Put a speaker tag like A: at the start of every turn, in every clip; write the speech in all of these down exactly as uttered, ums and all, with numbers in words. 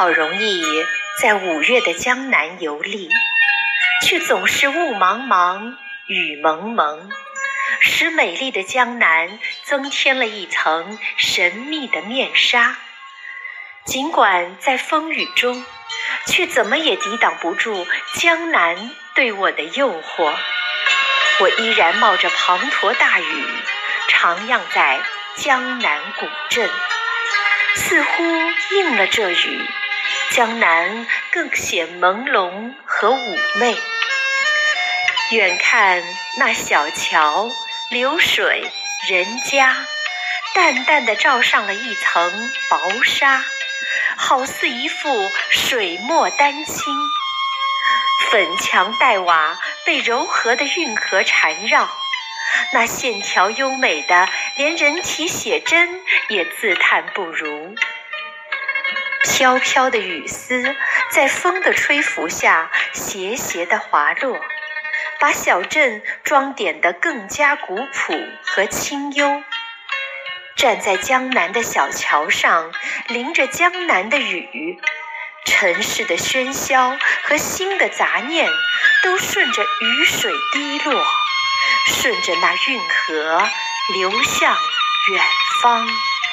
A: 好容易在五月的江南游历，却总是雾茫茫，雨蒙蒙，使美丽的江南增添了一层神秘的面纱。尽管在风雨中，却怎么也抵挡不住江南对我的诱惑。我依然冒着滂沱大雨，徜徉在江南古镇。似乎应了这雨，江南更显朦胧和妩媚。远看那小桥流水人家，淡淡地罩上了一层薄纱，好似一幅水墨丹青。粉墙黛瓦被柔和的运河缠绕，那线条优美的连人体写真也自叹不如。飘飘的雨丝在风的吹拂下斜斜地滑落，把小镇装点得更加古朴和清幽。站在江南的小桥上，淋着江南的雨，尘世的喧嚣和心的杂念都顺着雨水滴落，顺着那运河流向远方。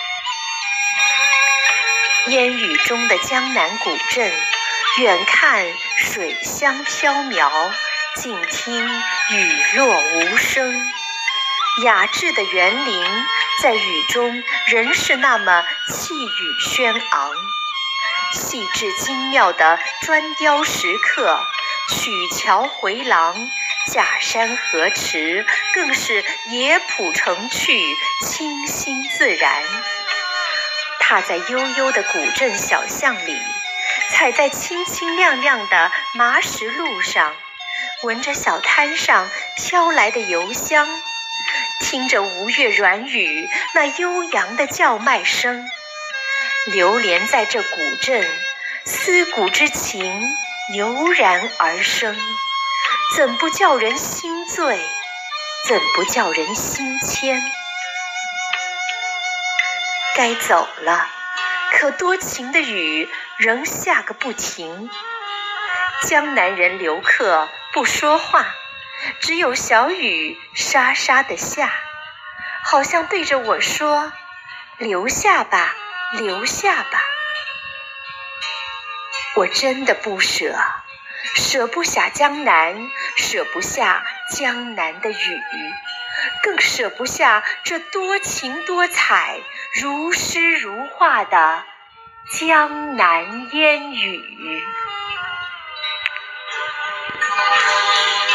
A: 烟雨中的江南古镇，远看水香飘渺，近听雨落无声。雅致的园林在雨中仍是那么气宇轩昂，细致精妙的砖雕石刻、曲桥回廊、假山河池，更是野朴成趣，清新自然。踏在悠悠的古镇小巷里，踩在清清亮亮的麻石路上，闻着小摊上飘来的油香，听着吴越软语那悠扬的叫卖声，流连在这古镇，思古之情油然而生，怎不叫人心醉，怎不叫人心牵。该走了，可多情的雨仍下个不停。江南人留客不说话，只有小雨沙沙地下，好像对着我说：留下吧，留下吧。我真的不舍，舍不下江南，舍不下江南的雨，更舍不下这多情多彩、如诗如画的江南烟雨。